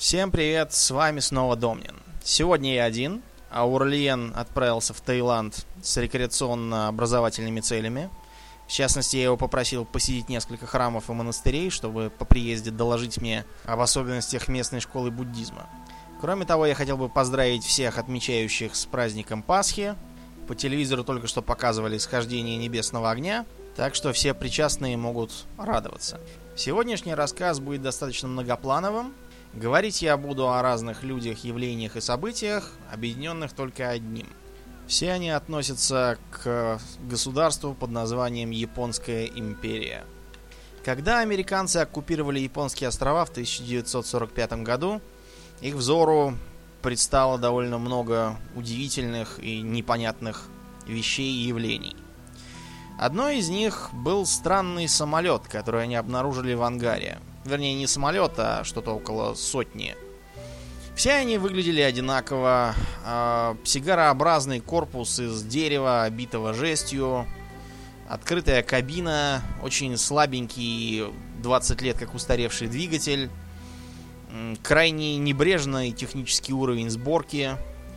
Всем привет, с вами снова Домнин. Сегодня я один, а Урлиен отправился в Таиланд с рекреационно-образовательными целями. В частности, я его попросил посетить несколько храмов и монастырей, чтобы по приезде доложить мне об особенностях местной школы буддизма. Кроме того, я хотел бы поздравить всех отмечающих с праздником Пасхи. По телевизору только что показывали схождение небесного огня, так что все причастные могут радоваться. Сегодняшний рассказ будет достаточно многоплановым. Говорить я буду о разных людях, явлениях и событиях, объединенных только одним. Все они относятся к государству под названием Японская империя. Когда американцы оккупировали японские острова в 1945 году, их взору предстало довольно много удивительных и непонятных вещей и явлений. Одно из них был странный самолет, который они обнаружили в ангаре. Вернее, не самолет, а что-то около сотни. Все они выглядели одинаково. Сигарообразный корпус из дерева, обитого жестью. Открытая кабина. Очень слабенький, 20 лет как устаревший двигатель. Крайне небрежный технический уровень сборки.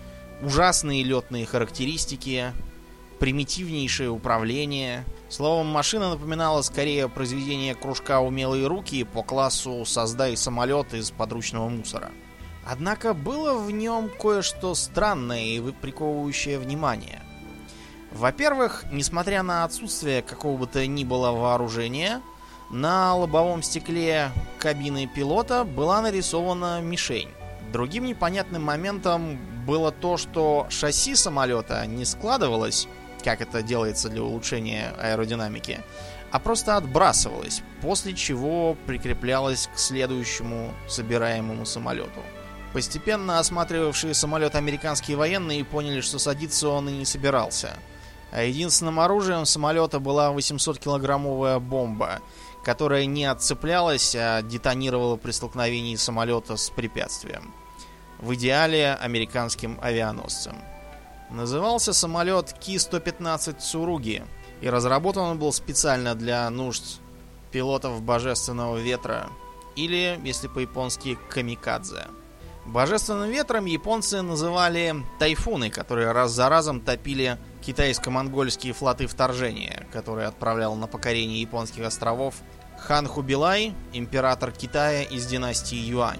Ужасные летные характеристики. Примитивнейшее управление. Словом, машина напоминала скорее произведение кружка «Умелые руки» по классу «Создай самолет из подручного мусора». Однако было в нем кое-что странное и приковывающее внимание. Во-первых, несмотря на отсутствие какого бы то ни было вооружения, на лобовом стекле кабины пилота была нарисована мишень. Другим непонятным моментом было то, что шасси самолета не складывалось, как это делается для улучшения аэродинамики, а просто отбрасывалось, после чего прикреплялось к следующему собираемому самолету. Постепенно осматривавшие самолет американские военные поняли, что садиться он и не собирался. А единственным оружием самолета была 800-килограммовая бомба, которая не отцеплялась, а детонировала при столкновении самолета с препятствием. В идеале американским авианосцем. Назывался самолет Ки-115 Цуруги, и разработан он был специально для нужд пилотов Божественного ветра, или, если по-японски, камикадзе. Божественным ветром японцы называли тайфуны, которые раз за разом топили китайско-монгольские флоты вторжения, которые отправлял на покорение японских островов хан Хубилай, император Китая из династии Юань.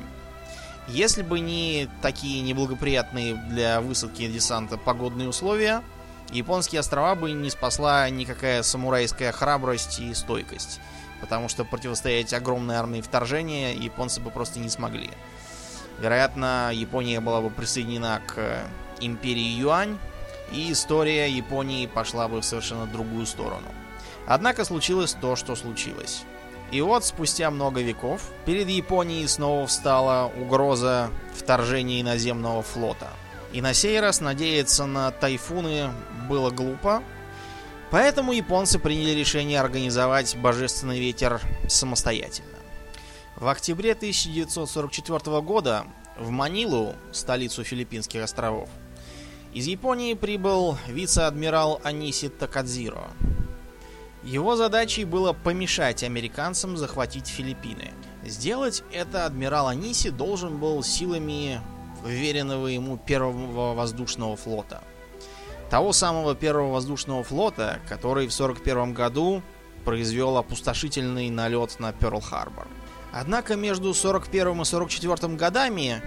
Если бы не такие неблагоприятные для высадки и десанта погодные условия, японские острова бы не спасла никакая самурайская храбрость и стойкость, потому что противостоять огромной армии вторжения японцы бы просто не смогли. Вероятно, Япония была бы присоединена к империи Юань, и история Японии пошла бы в совершенно другую сторону. Однако случилось то, что случилось. И вот, спустя много веков, перед Японией снова встала угроза вторжения иноземного флота. И на сей раз надеяться на тайфуны было глупо, поэтому японцы приняли решение организовать Божественный ветер самостоятельно. В октябре 1944 года в Манилу, столицу Филиппинских островов, из Японии прибыл вице-адмирал Аниси Такадзиро. Его задачей было помешать американцам захватить Филиппины. Сделать это адмирал Аниси должен был силами вверенного ему первого воздушного флота. Того самого первого воздушного флота, который в 1941 году произвел опустошительный налет на Пёрл-Харбор. Однако между 1941 и 1944 годами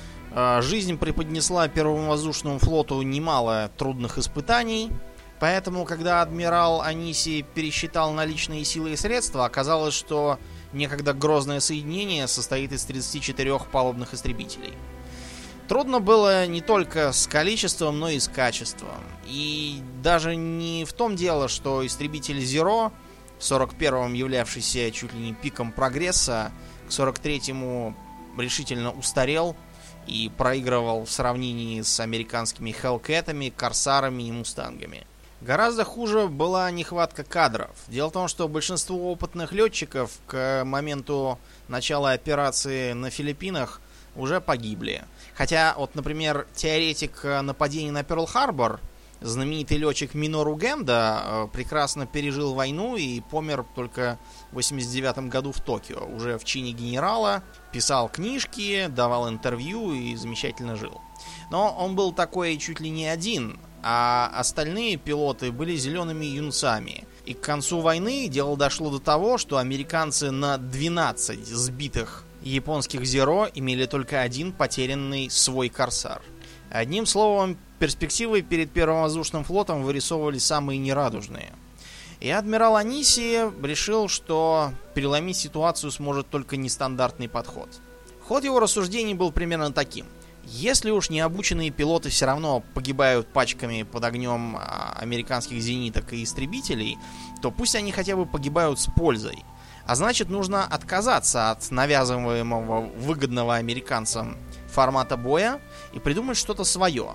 жизнь преподнесла первому воздушному флоту немало трудных испытаний. Поэтому, когда адмирал Аниси пересчитал наличные силы и средства, оказалось, что некогда грозное соединение состоит из 34 палубных истребителей. Трудно было не только с количеством, но и с качеством. И даже не в том дело, что истребитель Zero, в 41-м являвшийся чуть ли не пиком прогресса, к 43-му решительно устарел и проигрывал в сравнении с американскими Hellcat'ами, Корсарами и Мустангами. Гораздо хуже была нехватка кадров. Дело в том, что большинство опытных летчиков к моменту начала операции на Филиппинах уже погибли. Хотя, вот, например, теоретик нападений на Пёрл-Харбор знаменитый летчик Минору Генда прекрасно пережил войну и помер только в 89 году в Токио. Уже в чине генерала, писал книжки, давал интервью и замечательно жил. Но он был такой чуть ли не один, а остальные пилоты были зелеными юнцами. И к концу войны дело дошло до того, что американцы на 12 сбитых японских Зеро имели только один потерянный свой корсар. Одним словом, перспективы перед Первым воздушным флотом вырисовывались самые нерадужные. И адмирал Аниси решил, что переломить ситуацию сможет только нестандартный подход. Ход его рассуждений был примерно таким. Если уж необученные пилоты все равно погибают пачками под огнем американских зениток и истребителей, то пусть они хотя бы погибают с пользой. А значит, нужно отказаться от навязываемого выгодного американцам формата боя и придумать что-то свое.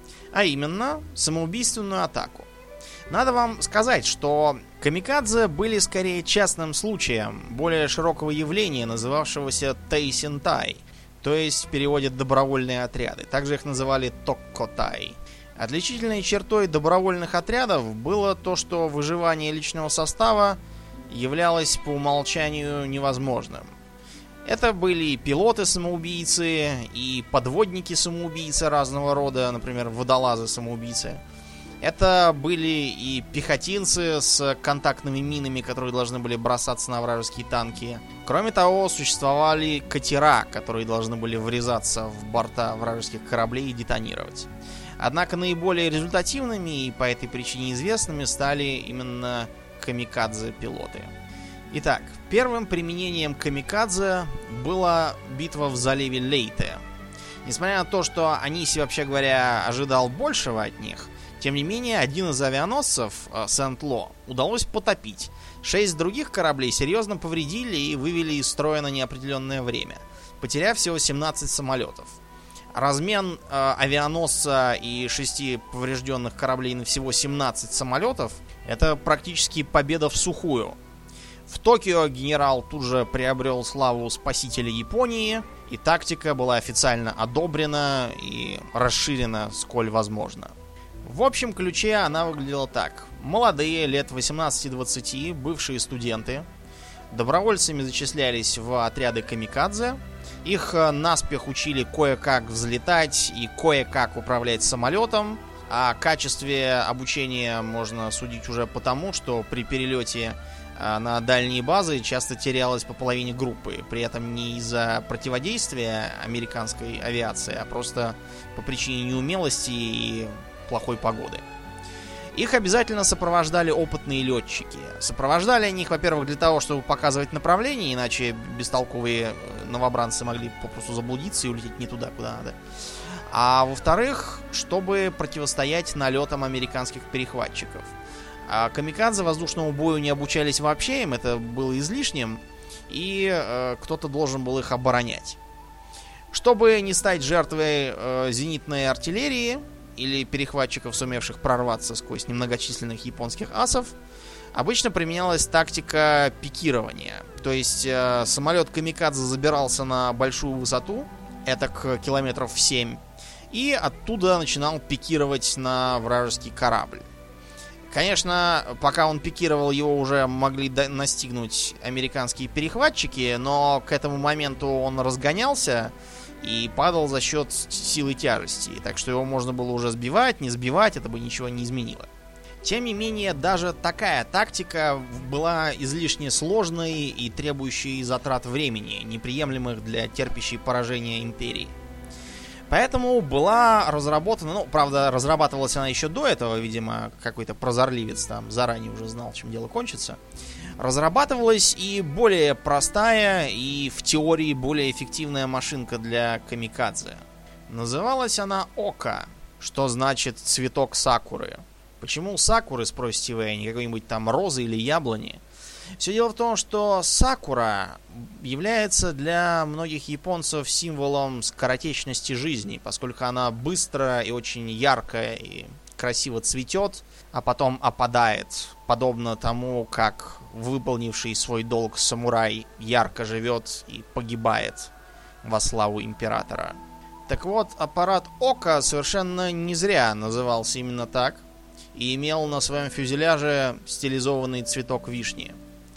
А именно, самоубийственную атаку. Надо вам сказать, что камикадзе были скорее частным случаем более широкого явления, называвшегося тайсинтай, то есть в переводе добровольные отряды. Также их называли токкотай. Отличительной чертой добровольных отрядов было то, что выживание личного состава являлось по умолчанию невозможным. Это были и пилоты-самоубийцы, и подводники-самоубийцы разного рода, например, водолазы-самоубийцы. Это были и пехотинцы с контактными минами, которые должны были бросаться на вражеские танки. Кроме того, существовали катера, которые должны были врезаться в борта вражеских кораблей и детонировать. Однако наиболее результативными и по этой причине известными стали именно камикадзе-пилоты. Итак, первым применением камикадзе была битва в заливе Лейте. Несмотря на то, что Аниси, вообще говоря, ожидал большего от них, тем не менее, один из авианосцев, Сент-Ло, удалось потопить. 6 других кораблей серьезно повредили и вывели из строя на неопределенное время, потеряв всего 17 самолетов. Размен авианосца и 6 поврежденных кораблей на всего 17 самолетов — это практически победа всухую. В Токио генерал тут же приобрел славу спасителя Японии, и тактика была официально одобрена и расширена сколь возможно. В общем ключе она выглядела так. Молодые, лет 18-20, бывшие студенты, добровольцами зачислялись в отряды камикадзе. Их наспех учили кое-как взлетать и кое-как управлять самолетом. О качестве обучения можно судить уже потому, что при перелете на дальние базы часто терялась по половине группы. При этом не из-за противодействия американской авиации, а просто по причине неумелости и плохой погоды. Их обязательно сопровождали опытные летчики. Сопровождали они их, во-первых, для того, чтобы показывать направление, иначе бестолковые новобранцы могли попросту заблудиться и улететь не туда, куда надо. А во-вторых, чтобы противостоять налетам американских перехватчиков. А камикадзе воздушному бою не обучались вообще, им это было излишним, и кто-то должен был их оборонять. Чтобы не стать жертвой зенитной артиллерии или перехватчиков, сумевших прорваться сквозь немногочисленных японских асов, обычно применялась тактика пикирования. То есть самолет камикадзе забирался на большую высоту, этак километров в 7, и оттуда начинал пикировать на вражеский корабль. Конечно, пока он пикировал, его уже могли настигнуть американские перехватчики, но к этому моменту он разгонялся и падал за счет силы тяжести. Так что его можно было уже сбивать, не сбивать, это бы ничего не изменило. Тем не менее, даже такая тактика была излишне сложной и требующей затрат времени, неприемлемых для терпящей поражения империи. Поэтому была разработана, правда, разрабатывалась она еще до этого, видимо, какой-то прозорливец там заранее уже знал, чем дело кончится. Разрабатывалась и более простая, и в теории более эффективная машинка для камикадзе. Называлась она Ока, что значит цветок сакуры. Почему сакуры, спросите вы, а не какой-нибудь там розы или яблони? Все дело в том, что сакура является для многих японцев символом скоротечности жизни, поскольку она быстро и очень ярко и красиво цветет, а потом опадает, подобно тому, как выполнивший свой долг самурай ярко живет и погибает во славу императора. Так вот, аппарат Ока совершенно не зря назывался именно так. и имел на своем фюзеляже стилизованный цветок вишни.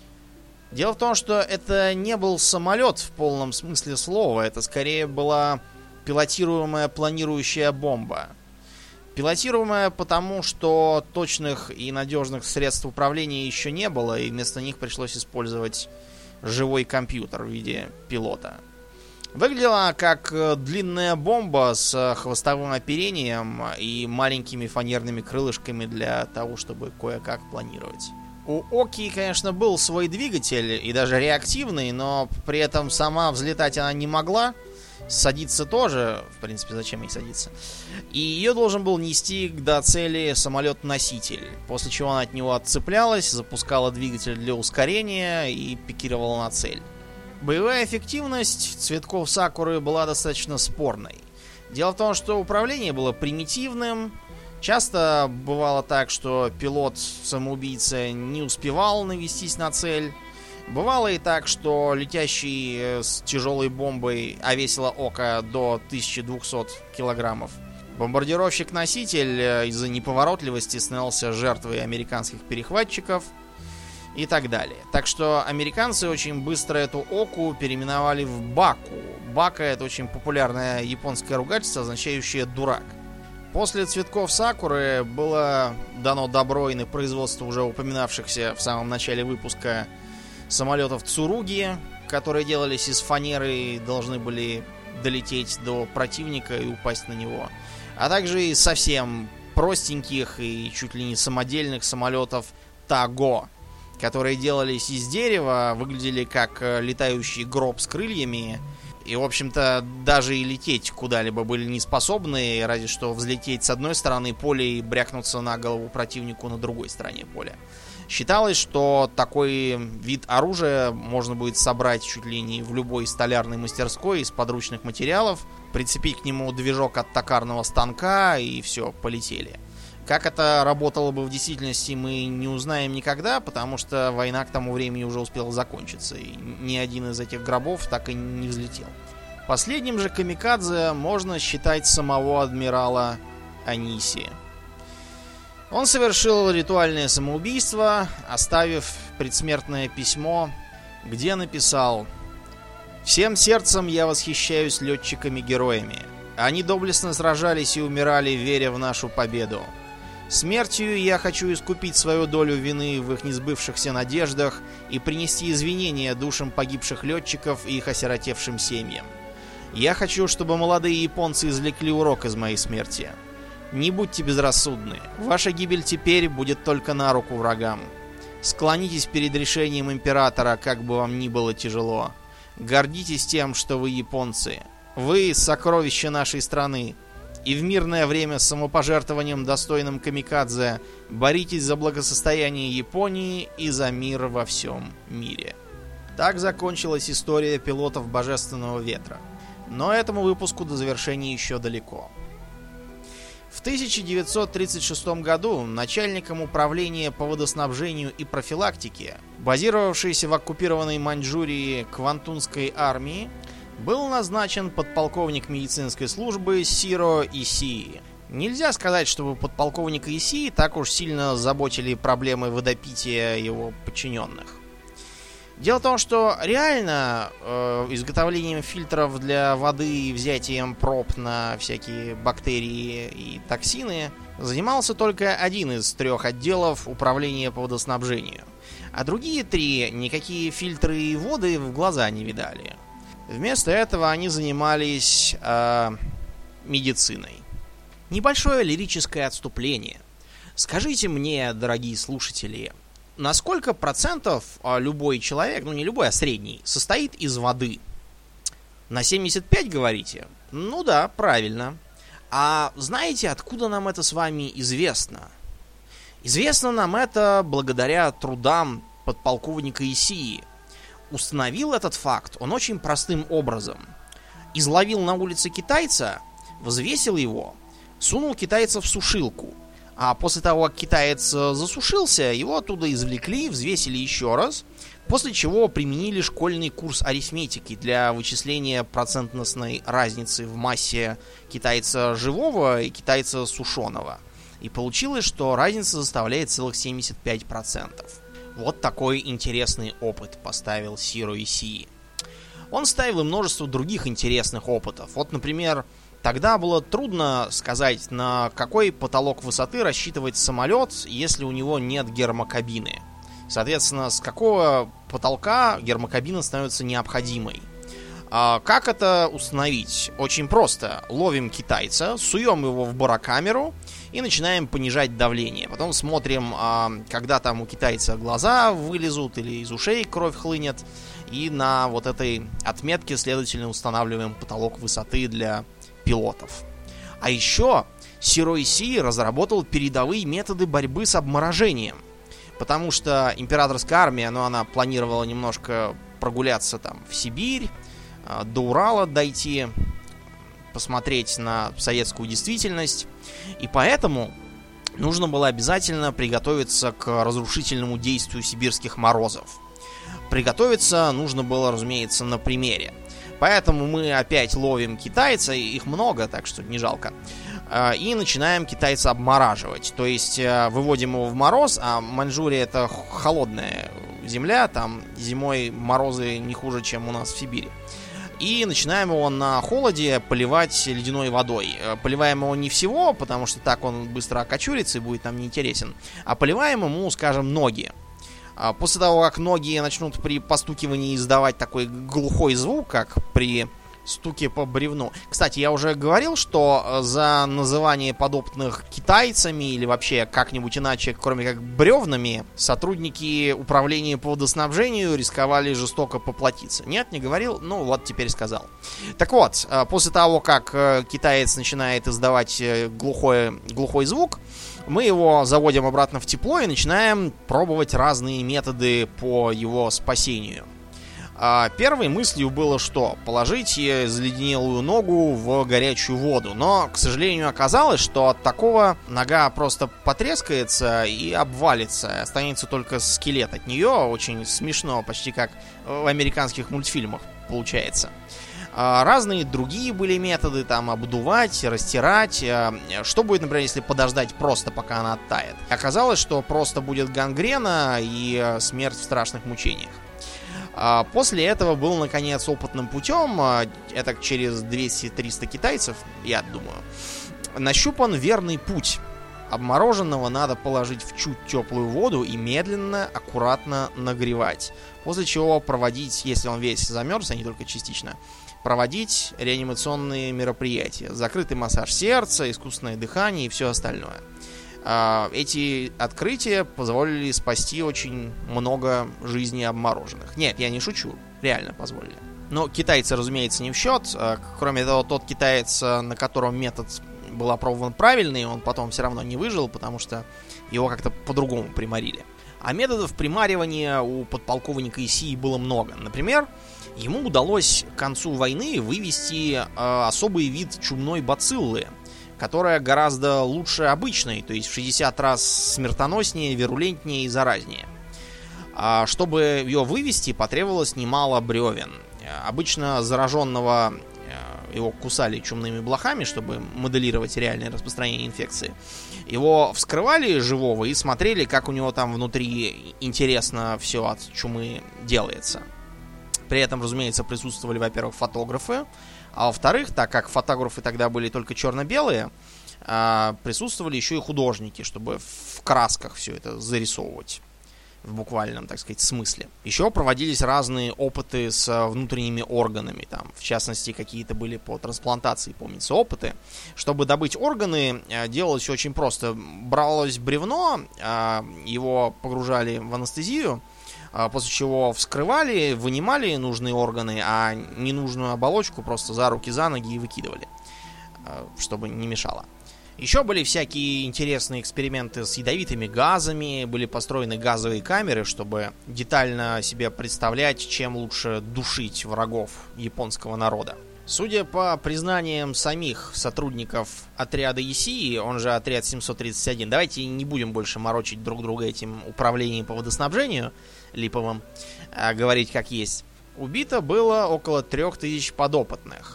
Дело в том, что это не был самолет в полном смысле слова, это скорее была пилотируемая планирующая бомба. Пилотируемая потому, что точных и надежных средств управления еще не было, и вместо них пришлось использовать живой компьютер в виде пилота. Выглядела как длинная бомба с хвостовым оперением и маленькими фанерными крылышками для того, чтобы кое-как планировать. У Оки, конечно, был свой двигатель, и даже реактивный, но при этом сама взлетать она не могла. Садиться тоже, в принципе, зачем ей садиться. И ее должен был нести до цели самолет-носитель, после чего она от него отцеплялась, запускала двигатель для ускорения и пикировала на цель. Боевая эффективность цветков Сакуры была достаточно спорной. Дело в том, что управление было примитивным. Часто бывало так, что пилот-самоубийца не успевал навестись на цель. Бывало и так, что летящий с тяжелой бомбой, а весило Ока до 1200 килограммов, бомбардировщик-носитель из-за неповоротливости становился жертвой американских перехватчиков и так далее. Так что американцы очень быстро эту Оку переименовали в Баку. Бака — это очень популярное японское ругательство, означающее «дурак». После цветков Сакуры было дано добро и на производство уже упоминавшихся в самом начале выпуска самолетов Цуруги, которые делались из фанеры и должны были долететь до противника и упасть на него. А также и совсем простеньких и чуть ли не самодельных самолетов Таго, которые делались из дерева, выглядели как летающий гроб с крыльями. И, в общем-то, даже и лететь куда-либо были не способны, разве что взлететь с одной стороны поля и брякнуться на голову противнику на другой стороне поля. Считалось, что такой вид оружия можно будет собрать чуть ли не в любой столярной мастерской из подручных материалов, прицепить к нему движок от токарного станка и все, полетели. Как это работало бы в действительности, мы не узнаем никогда, потому что война к тому времени уже успела закончиться, и ни один из этих гробов так и не взлетел. Последним же камикадзе можно считать самого адмирала Аниси. Он совершил ритуальное самоубийство, оставив предсмертное письмо, где написал: «Всем сердцем я восхищаюсь летчиками-героями. Они доблестно сражались и умирали, веря в нашу победу. Смертью я хочу искупить свою долю вины в их несбывшихся надеждах и принести извинения душам погибших летчиков и их осиротевшим семьям. Я хочу, чтобы молодые японцы извлекли урок из моей смерти. Не будьте безрассудны. Ваша гибель теперь будет только на руку врагам. Склонитесь перед решением императора, как бы вам ни было тяжело. Гордитесь тем, что вы японцы. Вы — сокровище нашей страны. И в мирное время с самопожертвованием, достойным камикадзе, боритесь за благосостояние Японии и за мир во всем мире». Так закончилась история пилотов Божественного Ветра. Но этому выпуску до завершения еще далеко. В 1936 году начальником управления по водоснабжению и профилактике, базировавшейся в оккупированной Маньчжурии Квантунской армии, был назначен подполковник медицинской службы Сиро Исии. Нельзя сказать, чтобы подполковника Исии так уж сильно заботили проблемы водопития его подчиненных. Дело в том, что реально изготовлением фильтров для воды и взятием проб на всякие бактерии и токсины занимался только один из 3 отделов управления по водоснабжению. А другие 3 никакие фильтры и воды в глаза не видали. Вместо этого они занимались медициной. Небольшое лирическое отступление. Скажите мне, дорогие слушатели, на сколько процентов любой человек, ну не любой, а средний, состоит из воды? На 75, говорите? Ну да, правильно. А знаете, откуда нам это с вами известно? Известно нам это благодаря трудам подполковника Исии. Установил этот факт он очень простым образом. Изловил на улице китайца, взвесил его, сунул китайца в сушилку. А после того, как китаец засушился, его оттуда извлекли, взвесили еще раз, после чего применили школьный курс арифметики для вычисления процентностной разницы в массе китайца живого и китайца сушеного. И получилось, что разница составляет целых 75%. Вот такой интересный опыт поставил Zero ECE. Он ставил и множество других интересных опытов. Вот, например, тогда было трудно сказать, на какой потолок высоты рассчитывать самолет, если у него нет гермокабины. Соответственно, с какого потолка гермокабина становится необходимой. Как это установить? Очень просто. Ловим китайца, суем его в барокамеру и начинаем понижать давление. Потом смотрим, когда там у китайца глаза вылезут или из ушей кровь хлынет. И на вот этой отметке, следовательно, устанавливаем потолок высоты для пилотов. А еще Zero ECE разработал передовые методы борьбы с обморожением. Потому что императорская армия, она планировала немножко прогуляться там в Сибирь, до Урала дойти, посмотреть на советскую действительность. И поэтому нужно было обязательно приготовиться к разрушительному действию сибирских морозов. Приготовиться нужно было, разумеется, на примере. Поэтому мы опять ловим китайца, их много, так что не жалко. И начинаем китайца обмораживать. То есть выводим его в мороз, а Маньчжурия это холодная земля, там зимой морозы не хуже, чем у нас в Сибири. И начинаем его на холоде поливать ледяной водой. Поливаем его не всего, потому что так он быстро окочурится и будет нам неинтересен. А поливаем ему, скажем, ноги. После того, как ноги начнут при постукивании издавать такой глухой звук, как при стуке по бревну. Кстати, я уже говорил, что за называние подопытных китайцами или вообще как-нибудь иначе, кроме как бревнами, сотрудники управления по водоснабжению рисковали жестоко поплатиться. Нет, не говорил? Ну вот, теперь сказал. Так вот, после того, как китаец начинает издавать глухой звук, мы его заводим обратно в тепло и начинаем пробовать разные методы по его спасению. Первой мыслью было что? Положить заледенелую ногу в горячую воду. Но, к сожалению, оказалось, что от такого нога просто потрескается и обвалится. Останется только скелет от нее. Очень смешно, почти как в американских мультфильмах получается. Разные другие были методы, там, обдувать, растирать. Что будет, например, если подождать просто, пока она оттает? Оказалось, что просто будет гангрена и смерть в страшных мучениях. После этого был, наконец, опытным путем, это через 200-300 китайцев, я думаю, нащупан верный путь. Обмороженного надо положить в чуть теплую воду и медленно, аккуратно нагревать. После чего проводить, если он весь замерз, а не только частично, проводить реанимационные мероприятия. Закрытый массаж сердца, искусственное дыхание и все остальное. Эти открытия позволили спасти очень много жизней обмороженных. Нет, я не шучу, реально позволили. Но китайцы, разумеется, не в счет. Кроме того, тот китаец, на котором метод был опробован правильный, он потом все равно не выжил, потому что его как-то по-другому приморили. А методов примаривания у подполковника ECE было много. Например, ему удалось к концу войны вывести особый вид чумной бациллы, которая гораздо лучше обычной, то есть в 60 раз смертоноснее, вирулентнее и заразнее. Чтобы ее вывести, потребовалось немало бревен. Обычно зараженного его кусали чумными блохами, чтобы моделировать реальное распространение инфекции. Его вскрывали живого и смотрели, как у него там внутри интересно все от чумы делается. При этом, разумеется, присутствовали, во-первых, фотографы, а во-вторых, так как фотографы тогда были только черно-белые, присутствовали еще и художники, чтобы в красках все это зарисовывать. В буквальном, так сказать, смысле. Еще проводились разные опыты с внутренними органами. Там, в частности, какие-то были по трансплантации, помнится, опыты. Чтобы добыть органы, делалось очень просто. Бралось бревно, его погружали в анестезию, после чего вскрывали, вынимали нужные органы, а ненужную оболочку просто за руки, за ноги и выкидывали, чтобы не мешало. Еще были всякие интересные эксперименты с ядовитыми газами, были построены газовые камеры, чтобы детально себе представлять, чем лучше душить врагов японского народа. Судя по признаниям самих сотрудников отряда ECE, он же отряд 731, давайте не будем больше морочить друг друга этим управлением по водоснабжению липовым, говорить как есть. Убито было около 3000 подопытных.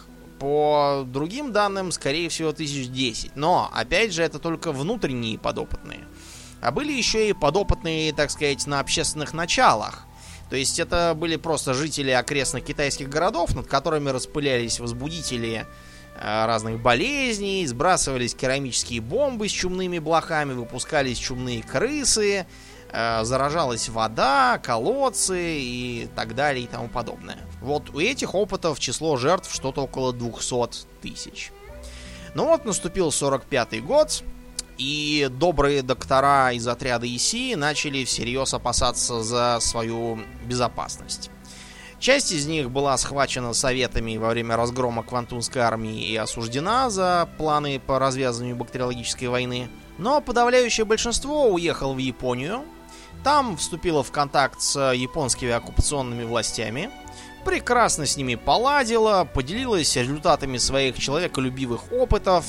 По другим данным, скорее всего, 1010. Но, опять же, это только внутренние подопытные. А были еще и подопытные, так сказать, на общественных началах. То есть это были просто жители окрестных китайских городов, над которыми распылялись возбудители разных болезней, сбрасывались керамические бомбы с чумными блохами, выпускались чумные крысы, заражалась вода, колодцы и так далее и тому подобное. Вот у этих опытов число жертв что-то около 200 тысяч. Ну вот наступил 45-й год, и добрые доктора из отряда ИСИ начали всерьез опасаться за свою безопасность. Часть из них была схвачена советами во время разгрома Квантунской армии и осуждена за планы по развязыванию бактериологической войны. Но подавляющее большинство уехало в Японию. Там вступило в контакт с японскими оккупационными властями, прекрасно с ними поладило, поделилось результатами своих человеколюбивых опытов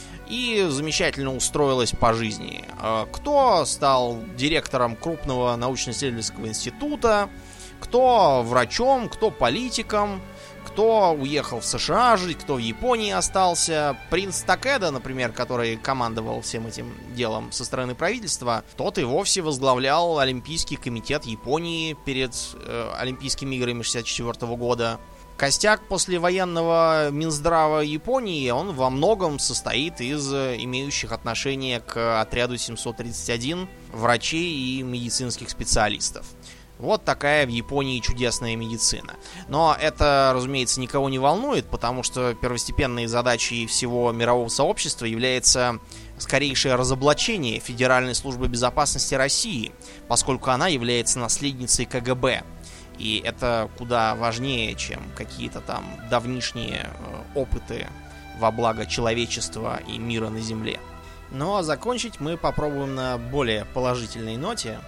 и замечательно устроилась по жизни. Кто стал директором крупного научно-исследовательского института, кто врачом, кто политиком, кто уехал в США жить, кто в Японии остался. Принц Такеда, например, который командовал всем этим делом со стороны правительства, тот и вовсе возглавлял Олимпийский комитет Японии перед Олимпийскими играми 1964 года. Костяк послевоенного Минздрава Японии, он во многом состоит из имеющих отношение к отряду 731 врачей и медицинских специалистов. Вот такая в Японии чудесная медицина. Но это, разумеется, никого не волнует, потому что первостепенной задачей всего мирового сообщества является скорейшее разоблачение Федеральной службы безопасности России, поскольку она является наследницей КГБ. И это куда важнее, чем какие-то там давнишние опыты во благо человечества и мира на Земле. Ну а закончить мы попробуем на более положительной ноте.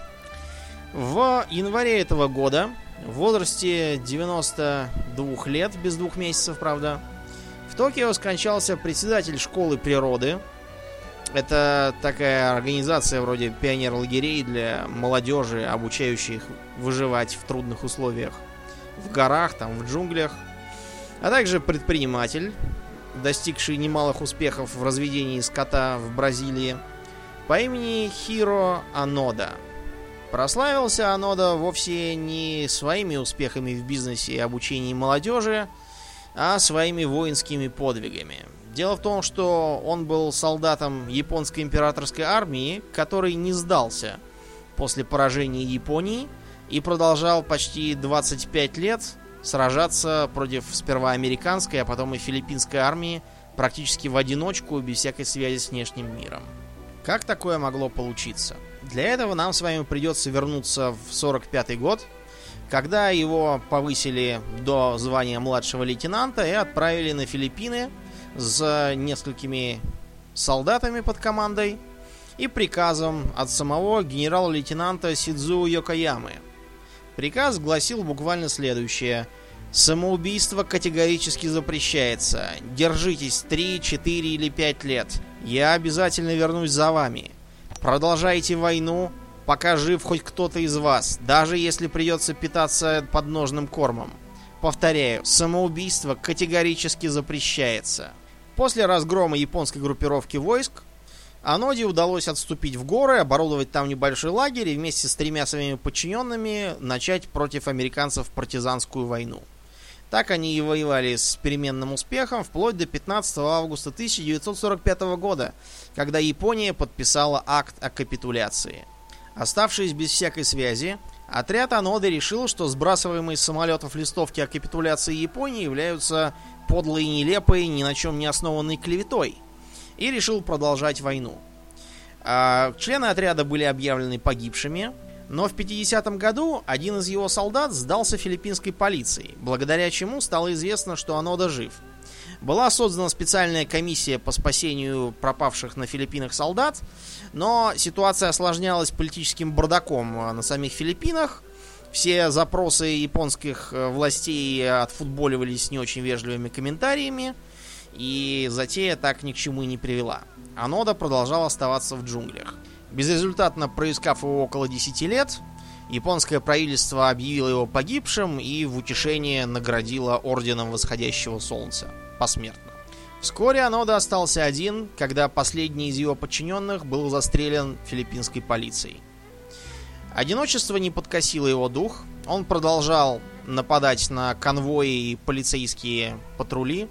В январе этого года, в возрасте 92 лет, без 2 месяцев, правда, в Токио скончался председатель школы природы. Это такая организация вроде пионер-лагерей для молодежи, обучающих выживать в трудных условиях в горах, там, в джунглях. А также предприниматель, достигший немалых успехов в разведении скота в Бразилии, по имени Хиро Анода. Прославился Анода вовсе не своими успехами в бизнесе и обучении молодежи, а своими воинскими подвигами. Дело в том, что он был солдатом японской императорской армии, который не сдался после поражения Японии и продолжал почти 25 лет сражаться против сперва американской, а потом и филиппинской армии практически в одиночку, без всякой связи с внешним миром. Как такое могло получиться? Для этого нам с вами придется вернуться в 45-й год, когда его повысили до звания младшего лейтенанта и отправили на Филиппины с несколькими солдатами под командой и приказом от самого генерала-лейтенанта Сидзуо Йокоямы. Приказ гласил буквально следующее: самоубийство категорически запрещается. Держитесь 3, 4 или 5 лет. Я обязательно вернусь за вами. Продолжайте войну, пока жив хоть кто-то из вас, даже если придется питаться подножным кормом. Повторяю, самоубийство категорически запрещается. После разгрома японской группировки войск Аноде удалось отступить в горы, оборудовать там небольшой лагерь и вместе с 3 своими подчиненными начать против американцев партизанскую войну. Так они и воевали с переменным успехом вплоть до 15 августа 1945 года, когда Япония подписала акт о капитуляции. Оставшись без всякой связи, отряд Аноды решил, что сбрасываемые с самолетов листовки о капитуляции Японии являются подлой и нелепой, ни на чем не основанной клеветой, и решил продолжать войну. Члены отряда были объявлены погибшими, но в 50-м году один из его солдат сдался филиппинской полиции, благодаря чему стало известно, что Анода жив. Была создана специальная комиссия по спасению пропавших на Филиппинах солдат, но ситуация осложнялась политическим бардаком на самих Филиппинах. Все запросы японских властей отфутболивались не очень вежливыми комментариями, и затея так ни к чему и не привела. Анода продолжал оставаться в джунглях. Безрезультатно проискав его около 10 лет, японское правительство объявило его погибшим и в утешение наградило орденом восходящего солнца. посмертно. Вскоре Анода остался один, когда последний из его подчиненных был застрелен филиппинской полицией. Одиночество не подкосило его дух. Он продолжал нападать на конвои и полицейские патрули,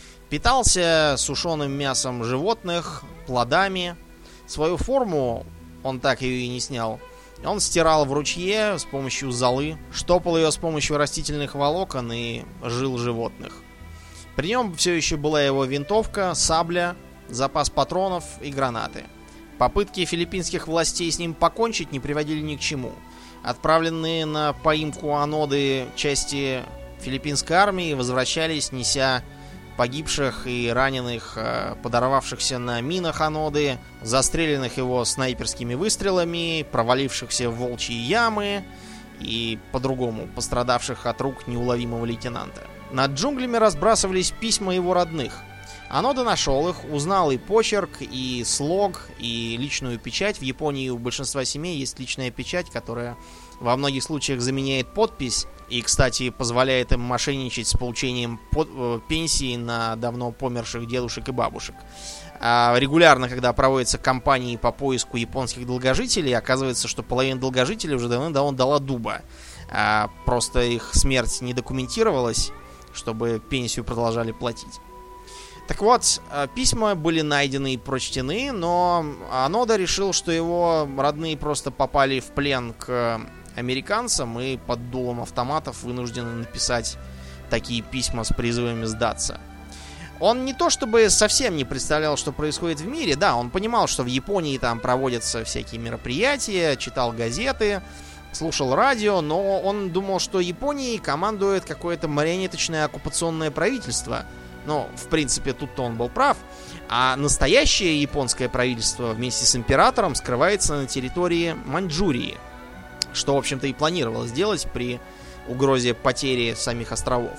питался сушеным мясом животных, плодами. Свою форму, он так ее и не снял, он стирал в ручье с помощью золы, штопал ее с помощью растительных волокон и жил животных. При нем все еще была его винтовка, сабля, запас патронов и гранаты. Попытки филиппинских властей с ним покончить не приводили ни к чему. Отправленные на поимку Аноды части филиппинской армии возвращались, неся погибших и раненых, подорвавшихся на минах Аноды, застреленных его снайперскими выстрелами, провалившихся в волчьи ямы и, по-другому, пострадавших от рук неуловимого лейтенанта. Над джунглями разбрасывались письма его родных. Анода нашел их, узнал и почерк, и слог, и личную печать. В Японии у большинства семей есть личная печать, которая во многих случаях заменяет подпись и, кстати, позволяет им мошенничать с получением пенсии на давно померших дедушек и бабушек. А регулярно, когда проводятся кампании по поиску японских долгожителей, оказывается, что половина долгожителей уже давно дала дуба. Просто их смерть не документировалась, чтобы пенсию продолжали платить. Так вот, письма были найдены и прочтены, но Анода решил, что его родные просто попали в плен к американцам и под дулом автоматов вынуждены написать такие письма с призывами сдаться. Он не то чтобы совсем не представлял, что происходит в мире. Да, он понимал, что в Японии там проводятся всякие мероприятия, читал газеты, слушал радио, но он думал, что Японией командует какое-то марионеточное оккупационное правительство. Ну, в принципе, тут-то он был прав. А настоящее японское правительство вместе с императором скрывается на территории Маньчжурии, что, в общем-то, и планировалось сделать при угрозе потери самих островов.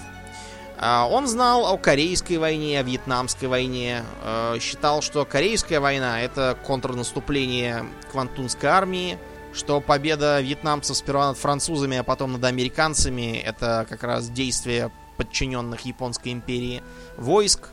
Он знал о Корейской войне, о Вьетнамской войне. Считал, что Корейская война — это контрнаступление Квантунской армии, что победа вьетнамцев сперва над французами, а потом над американцами — это как раз действие подчиненных Японской империи войск.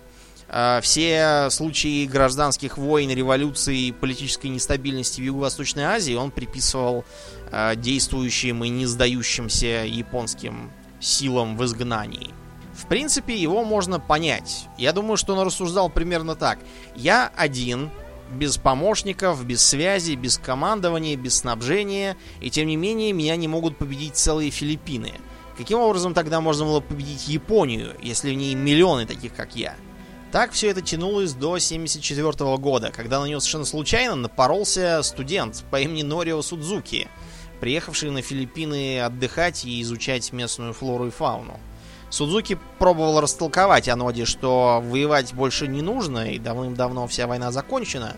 Все случаи гражданских войн, революций и политической нестабильности в Юго-Восточной Азии он приписывал действующим и не сдающимся японским силам в изгнании. В принципе, его можно понять. Я думаю, что он рассуждал примерно так. Я один, без помощников, без связи, без командования, без снабжения, и тем не менее меня не могут победить целые Филиппины. Каким образом тогда можно было победить Японию, если в ней миллионы таких, как я? Так все это тянулось до 1974 года, когда на него совершенно случайно напоролся студент по имени Норио Судзуки, приехавший на Филиппины отдыхать и изучать местную флору и фауну. Судзуки пробовал растолковать Аноде, что воевать больше не нужно, и давным-давно вся война закончена.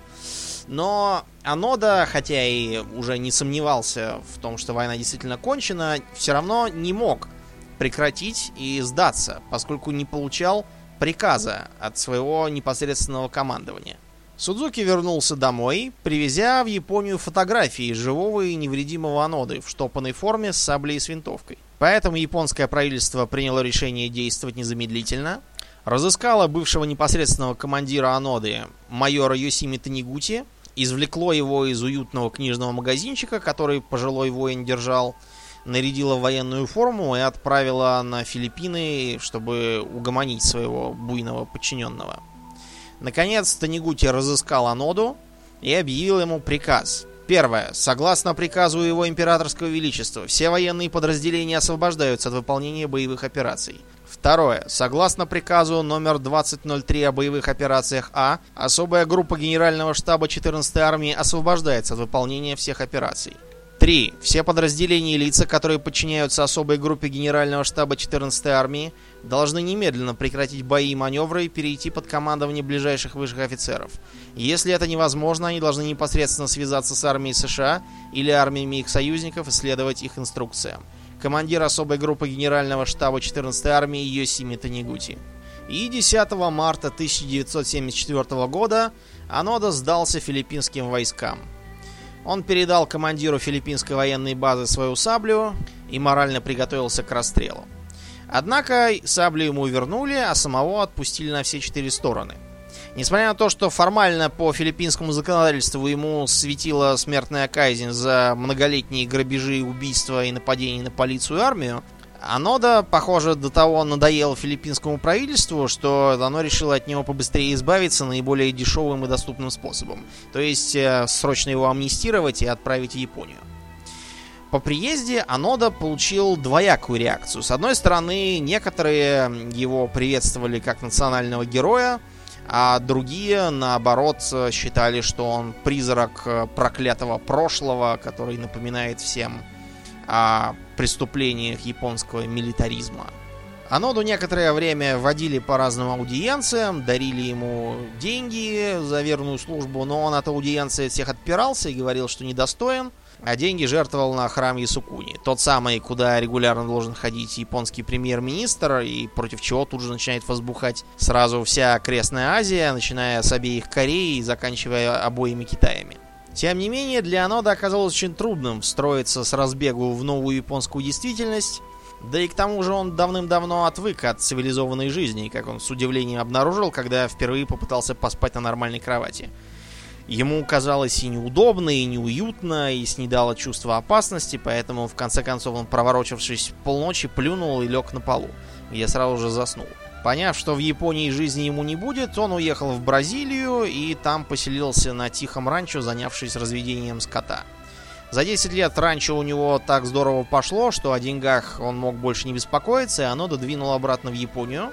Но Анода, хотя и уже не сомневался в том, что война действительно кончена, все равно не мог прекратить и сдаться, поскольку не получал приказа от своего непосредственного командования. Судзуки вернулся домой, привезя в Японию фотографии живого и невредимого Аноды в штопанной форме с саблей и с винтовкой. Поэтому японское правительство приняло решение действовать незамедлительно, разыскало бывшего непосредственного командира Аноды, майора Йосими Танигути, извлекло его из уютного книжного магазинчика, который пожилой воин держал, нарядила в военную форму и отправила на Филиппины, чтобы угомонить своего буйного подчиненного. Наконец, Танигути разыскал Аноду и объявил ему приказ. Первое. Согласно приказу его императорского величества, все военные подразделения освобождаются от выполнения боевых операций. Второе. Согласно приказу номер 2003 о боевых операциях А, особая группа Генерального штаба 14-й армии освобождается от выполнения всех операций. 3. Все подразделения и лица, которые подчиняются особой группе Генерального штаба 14-й армии, должны немедленно прекратить бои и маневры и перейти под командование ближайших высших офицеров. Если это невозможно, они должны непосредственно связаться с армией США или армиями их союзников и следовать их инструкциям. Командир особой группы Генерального штаба 14-й армии Йосими Танигути. И 10 марта 1974 года Анода сдался филиппинским войскам. Он передал командиру филиппинской военной базы свою саблю и морально приготовился к расстрелу. Однако саблю ему вернули, а самого отпустили на все 4 стороны. Несмотря на то, что формально по филиппинскому законодательству ему светила смертная казнь за многолетние грабежи, убийства и нападения на полицию и армию, Анода, похоже, до того надоело филиппинскому правительству, что оно решило от него побыстрее избавиться наиболее дешевым и доступным способом. То есть срочно его амнистировать и отправить в Японию. По приезде Анода получил двоякую реакцию. С одной стороны, некоторые его приветствовали как национального героя, а другие, наоборот, считали, что он призрак проклятого прошлого, который напоминает всем о преступлениях японского милитаризма. Аноду некоторое время водили по разным аудиенциям, дарили ему деньги за верную службу, но он от аудиенции всех отпирался и говорил, что недостоин, а деньги жертвовал на храм Ясукуни. Тот самый, куда регулярно должен ходить японский премьер-министр, и против чего тут же начинает возбухать сразу вся окрестная Азия, начиная с обеих Кореи и заканчивая обоими Китаями. Тем не менее, для Анода оказалось очень трудным встроиться с разбегу в новую японскую действительность, да и к тому же он давным-давно отвык от цивилизованной жизни, как он с удивлением обнаружил, когда впервые попытался поспать на нормальной кровати. Ему казалось и неудобно, и неуютно, и снедало чувство опасности, поэтому, в конце концов, он, проворочившись полночи, плюнул и лег на полу, где сразу же заснул. Поняв, что в Японии жизни ему не будет, он уехал в Бразилию и там поселился на тихом ранчо, занявшись разведением скота. За 10 лет ранчо у него так здорово пошло, что о деньгах он мог больше не беспокоиться, и оно додвинул обратно в Японию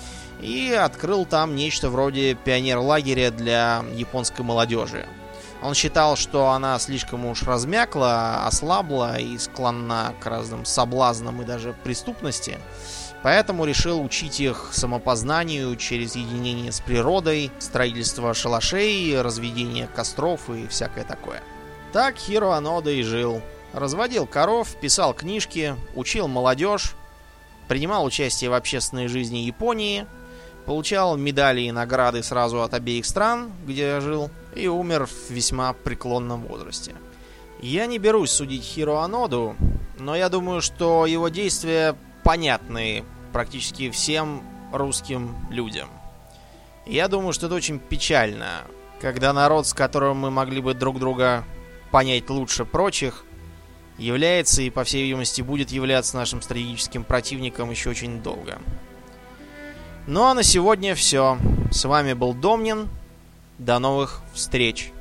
и открыл там нечто вроде пионер-лагеря для японской молодежи. Он считал, что она слишком уж размякла, ослабла и склонна к разным соблазнам и даже преступности, поэтому решил учить их самопознанию через единение с природой, строительство шалашей, разведение костров и всякое такое. Так Хиро Анода и жил. Разводил коров, писал книжки, учил молодежь, принимал участие в общественной жизни Японии, получал медали и награды сразу от обеих стран, где жил, и умер в весьма преклонном возрасте. Я не берусь судить Хиро Аноду, но я думаю, что его действия понятны практически всем русским людям. Я думаю, что это очень печально, когда народ, с которым мы могли бы друг друга понять лучше прочих, является и, по всей видимости, будет являться нашим стратегическим противником еще очень долго. Ну а на сегодня все. С вами был Домнин. До новых встреч.